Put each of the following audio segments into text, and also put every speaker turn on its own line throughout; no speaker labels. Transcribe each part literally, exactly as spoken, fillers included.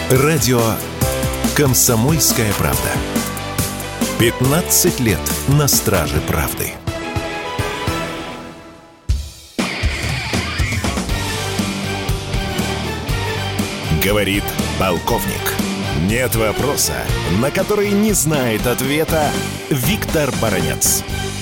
Радио «Комсомольская правда». пятнадцать лет на страже правды. Говорит полковник. Нет вопроса, на который не знает ответа Виктор Баранец.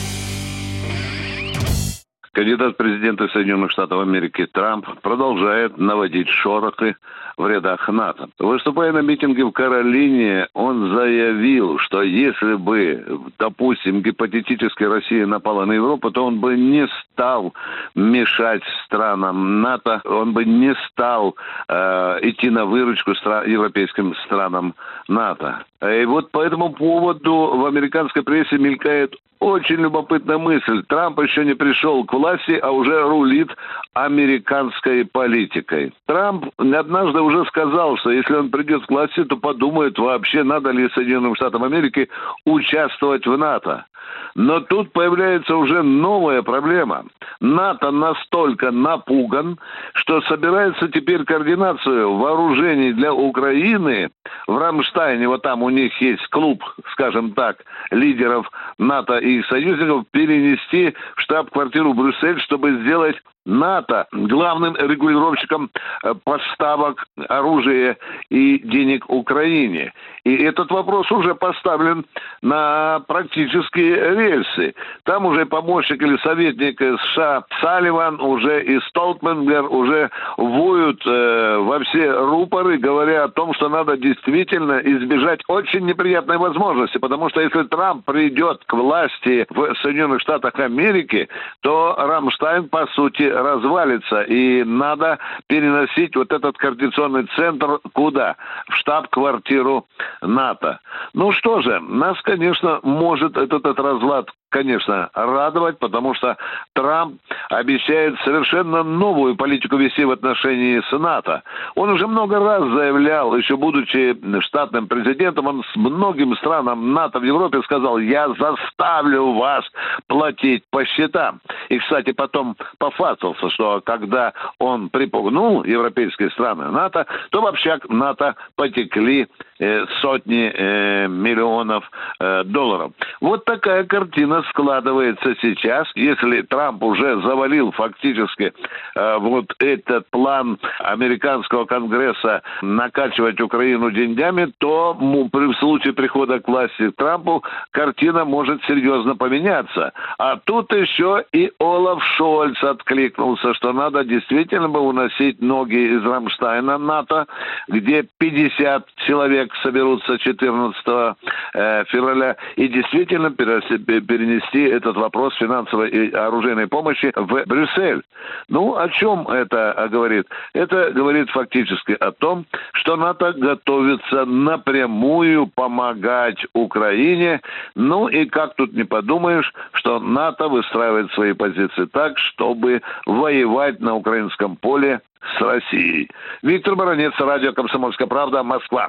Кандидат в президенты Соединенных Штатов Америки Трамп продолжает наводить шорохи в рядах НАТО. Выступая на митинге в Каролине, он заявил, что если бы, допустим, гипотетически Россия напала на Европу, то он бы не стал мешать странам НАТО, он бы не стал э, идти на выручку стра- европейским странам НАТО. И вот по этому поводу в американской прессе мелькает очень любопытная мысль. Трамп еще не пришел к власти, а уже рулит американской политикой. Трамп однажды уже сказал, что если он придет к власти, то подумает вообще, надо ли Соединенным Штатам Америки участвовать в НАТО. Но тут появляется уже новая проблема. НАТО настолько напуган, что собирается теперь координацию вооружений для Украины в Рамштайне, вот там у них есть клуб, скажем так, лидеров НАТО и их союзников, перенести в штаб-квартиру Брюссель, чтобы сделать НАТО главным регулировщиком поставок оружия и денег Украине. И этот вопрос уже поставлен на практические рельсы. Там уже помощник или советник США Салливан, уже и Столтенберг уже воют э, во все рупоры, говоря о том, что надо действительно избежать очень неприятной возможности, потому что если Трамп придет к власти в Соединенных Штатах Америки, то Рамштайн, по сути, развалится, и надо переносить вот этот координационный центр куда? В штаб-квартиру НАТО. Ну что же, нас, конечно, может этот, этот разлад, конечно, радовать, потому что Трамп обещает совершенно новую политику вести в отношении с НАТО. Он уже много раз заявлял, еще будучи штатным президентом, он с многим странам НАТО в Европе сказал: я заставлю вас платить по счетам. И, кстати, потом пофасался, что когда он припугнул европейские страны НАТО, то в общак НАТО потекли э, сотни э, миллионов э, долларов. Вот такая картина складывается сейчас. Если Трамп уже завалил фактически э, вот этот план американского конгресса накачивать Украину деньгами, то ну, при случае прихода к власти Трампу картина может серьезно поменяться. А тут еще и Олаф Шольц откликнулся, что надо действительно бы уносить ноги из Рамштайна НАТО, где пятьдесят человек соберутся четырнадцатого февраля, и действительно перенести этот вопрос финансовой и оружейной помощи в Брюссель. Ну, о чем это говорит? Это говорит фактически о том, что НАТО готовится напрямую помогать Украине. Ну и как тут не подумаешь, что НАТО выстраивает свои позиции так, чтобы воевать на украинском поле с Россией. Виктор Баранец, радио «Комсомольская правда», Москва.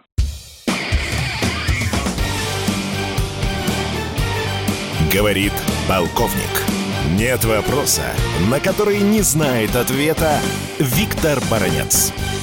Говорит полковник. Нет вопроса, на который не знает ответа Виктор Баранец.